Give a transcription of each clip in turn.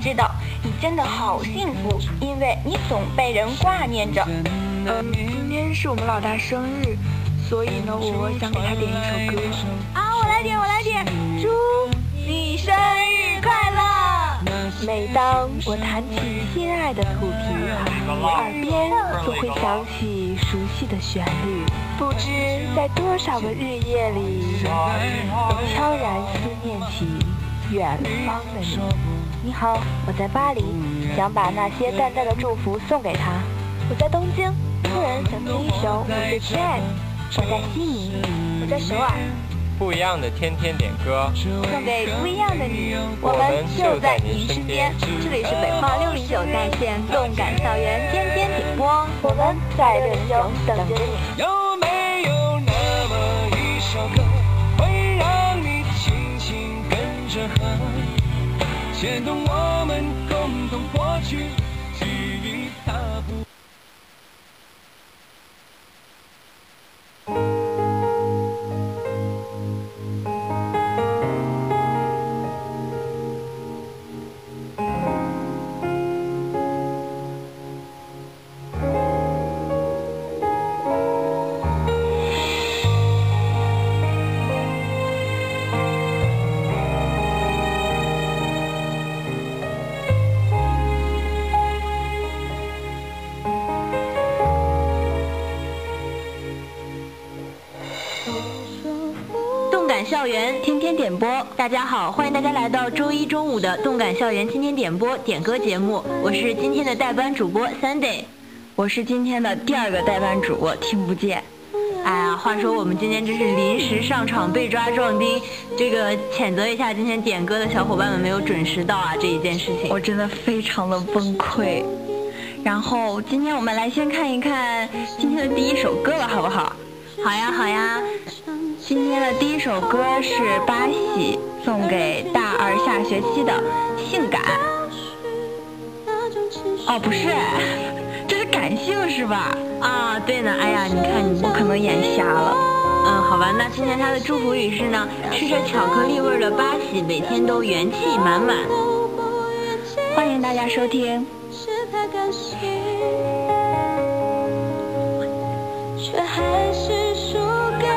知道你真的好幸福，因为你总被人挂念着。 今天是我们老大生日，所以呢，我想给他点一首歌。 我来点，祝你生日快乐！ 每当我弹起心爱的土皮，我耳边总会响起熟悉的旋律，不知在多少个日夜里，我悄然思念起远方的你。 你好，我在巴黎，想把那些淡淡的祝福送给他。 我在东京，突然想听一首我最亲爱的。 我在悉尼， 我在首尔。 不一样的天天点歌， 送给不一样的你， 我们就在您身边。 这里是北化609在线动感校园天天点播， 我们在609等着你。 有没有那么一首歌，会让你轻轻跟着和，牵动我们共同过去记忆踏步。 校园天天点播，大家好，欢迎大家来到周一中午的动感校园天天点播点歌节目，我是今天的代班主播 Sunday， 我是今天的第二个代班主播听不见。 哎呀，话说我们今天真是临时上场被抓壮丁，这个谴责一下今天点歌的小伙伴们没有准时到这一件事情， 我真的非常的崩溃。然后今天我们来先看一看今天的第一首歌吧，好不好？ 好呀。 今天的第一首歌是巴喜送给大二下学期的性感。不是，这是感性是吧？ 对呢。哎呀，你看我可能眼瞎了。 好吧，那今天他的祝福语是呢，吃着巧克力味的巴喜，每天都元气满满。 欢迎大家收听。 却还是输给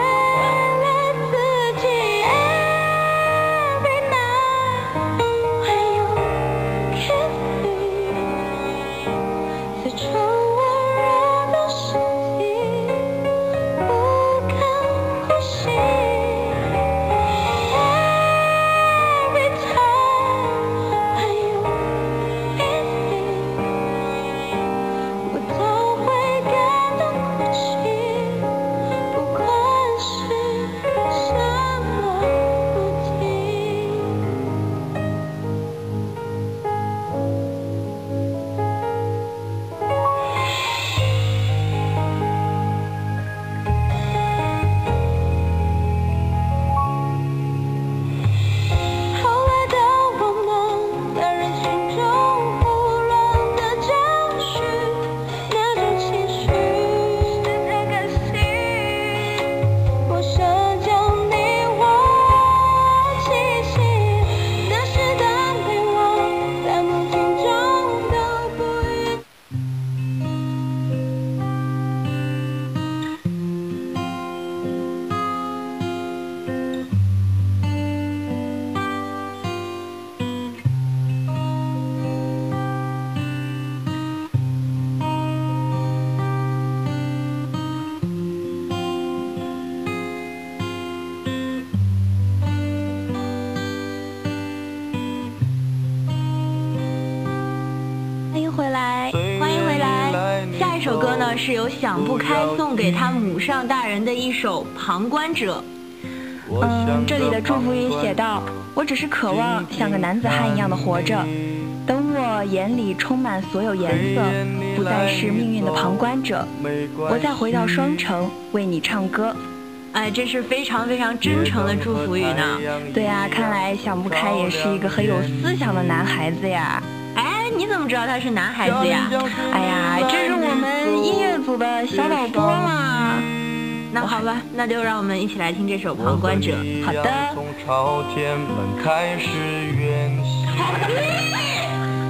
欢迎回来。下一首歌呢是由想不开送给他母上大人的一首《旁观者》。 这里的祝福语写道：我只是渴望像个男子汉一样的活着，等我眼里充满所有颜色，不再是命运的旁观者，我再回到双城为你唱歌。 这是非常非常真诚的祝福语呢。 对啊，看来想不开也是一个很有思想的男孩子呀。 你怎么知道他是男孩子呀？ 哎呀，这是我们音乐组的小导播嘛。 那好吧，那就让我们一起来听这首《旁观者》。 好的。 从朝天门开始远行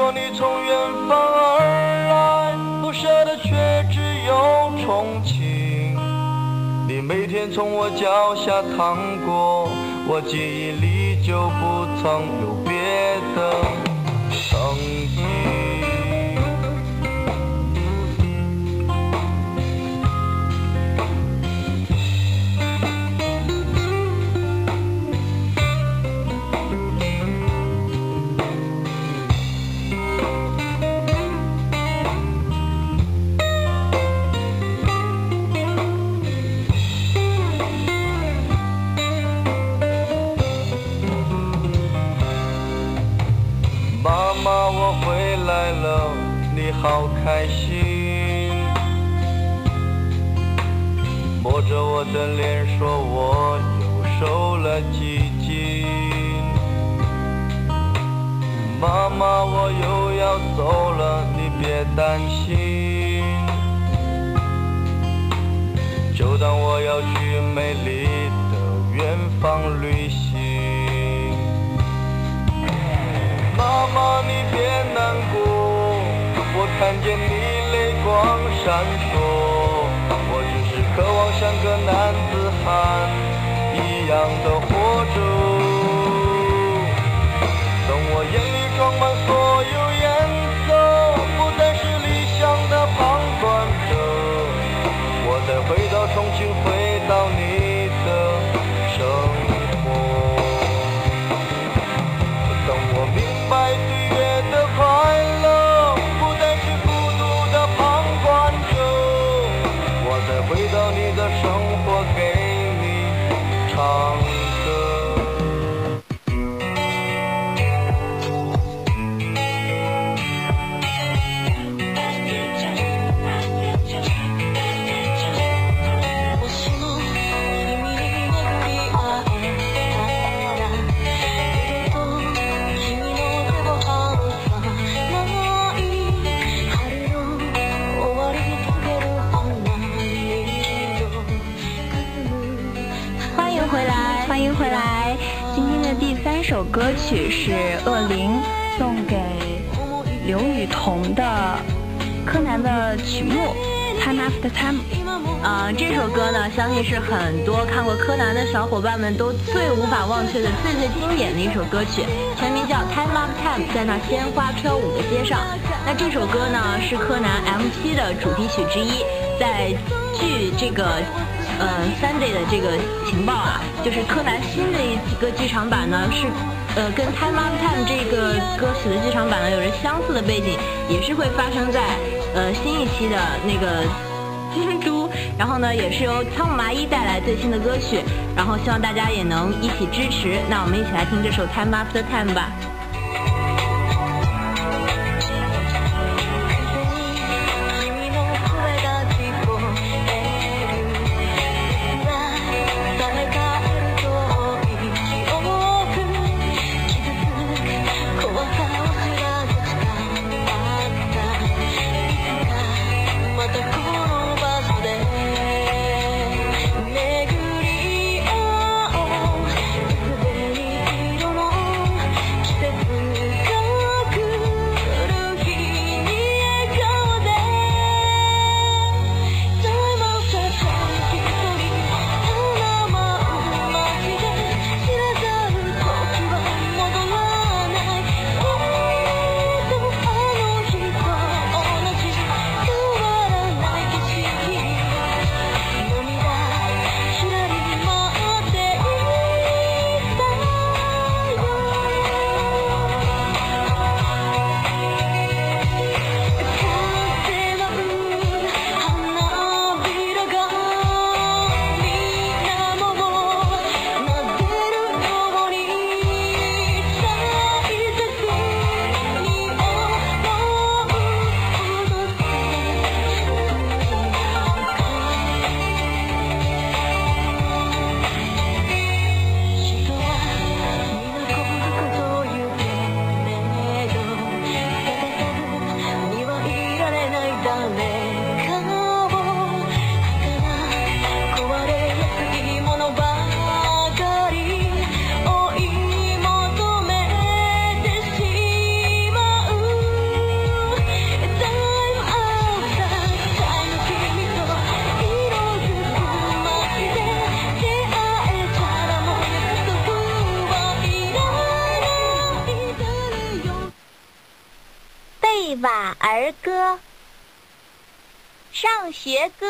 说你从远方而来，不舍的却只有憧憬。你每天从我脚下淌过，我记忆里就不曾有别的曾经。我回来了，你好开心，摸着我的脸说我又瘦了几斤。妈妈，我又要走了，你别担心，就当我要去美丽的远方旅行。妈妈，你别难过，我看见你泪光闪烁，我只是渴望像个男子汉一样的活着。等我眼里装满所有颜色，不再是理想的旁观者，我再回到重庆，回到你的生活。等我明白岁月的快乐不再是孤独的旁观者，我再回到你的生活，给你唱歌。 欢迎回来！今天的第3首歌曲是恶灵送给刘雨桐的柯南的曲目 Time After Time。这首歌呢，相信是很多看过柯南的小伙伴们都最无法忘却的最经典的一首歌曲，全名叫 Time After Time， 在那鲜花飘舞的街上。那这首歌呢，是柯南 M7 的主题曲之一。在据这个Sunday 的这个情报啊，就是柯南新的一个剧场版呢是跟 Time After Time 这个歌曲的剧场版呢有着相似的背景，也是会发生在新一期的那个蜘蛛，然后呢也是由仓木麻衣带来最新的歌曲，然后希望大家也能一起支持。那我们一起来听这首 Time After Time 吧。 季節晚儿歌，上学歌。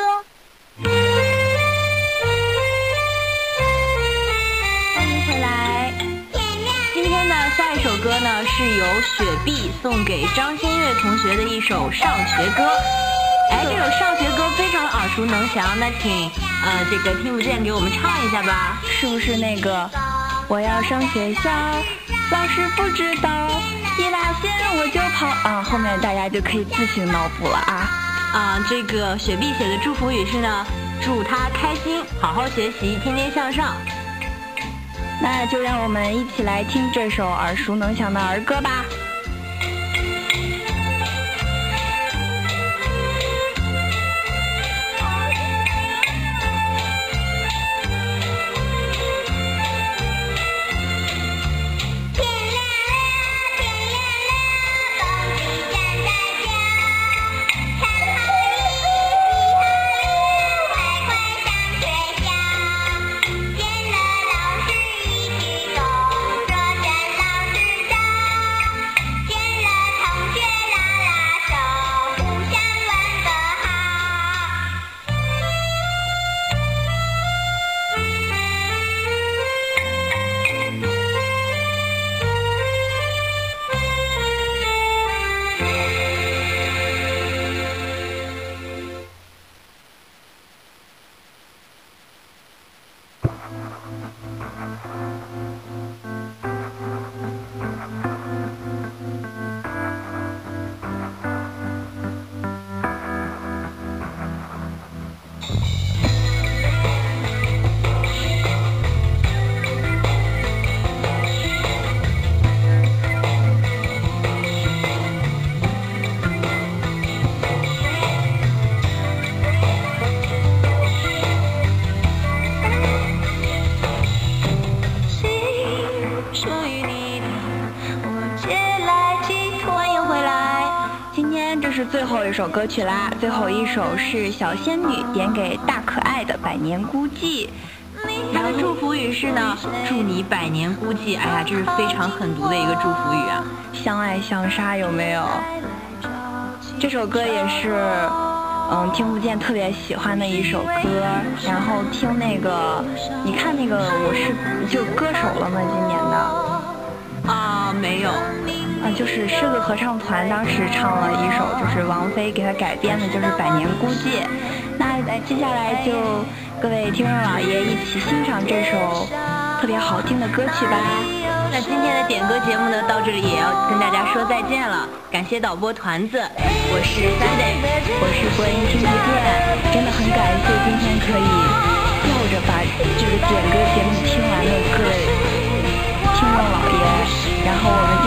欢迎回来。今天呢，下一首歌呢是由雪碧送给张馨月同学的一首上学歌。哎，这首上学歌非常的耳熟能详，那请这个听不见给我们唱一下吧。是不是那个我要上学校，老师不知道，一拉线我就跑啊？后面大家就可以自行脑补了啊。这个雪碧写的祝福语是呢，祝他开心，好好学习，天天向上。那就让我们一起来听这首耳熟能详的儿歌吧。最后一首歌曲啦，最后一首是小仙女点给大可爱的百年孤寂，她的祝福语是呢，祝你百年孤寂。哎呀，这是非常狠毒的一个祝福语啊，相爱相杀有没有？这首歌也是听不见特别喜欢的一首歌，然后听那个，你看那个我是就歌手了吗？今年的啊没有。就是狮子合唱团当时唱了一首，就是王菲给他改编的，就是《百年孤寂》。那接下来就各位听众老爷一起欣赏这首特别好听的歌曲吧。那今天的点歌节目呢，到这里也要跟大家说再见了。感谢导播团子，我是 Sunday， 我是播音听不见，真的很感谢今天可以吊着把这个点歌节目听完的各位听众老爷，然后我们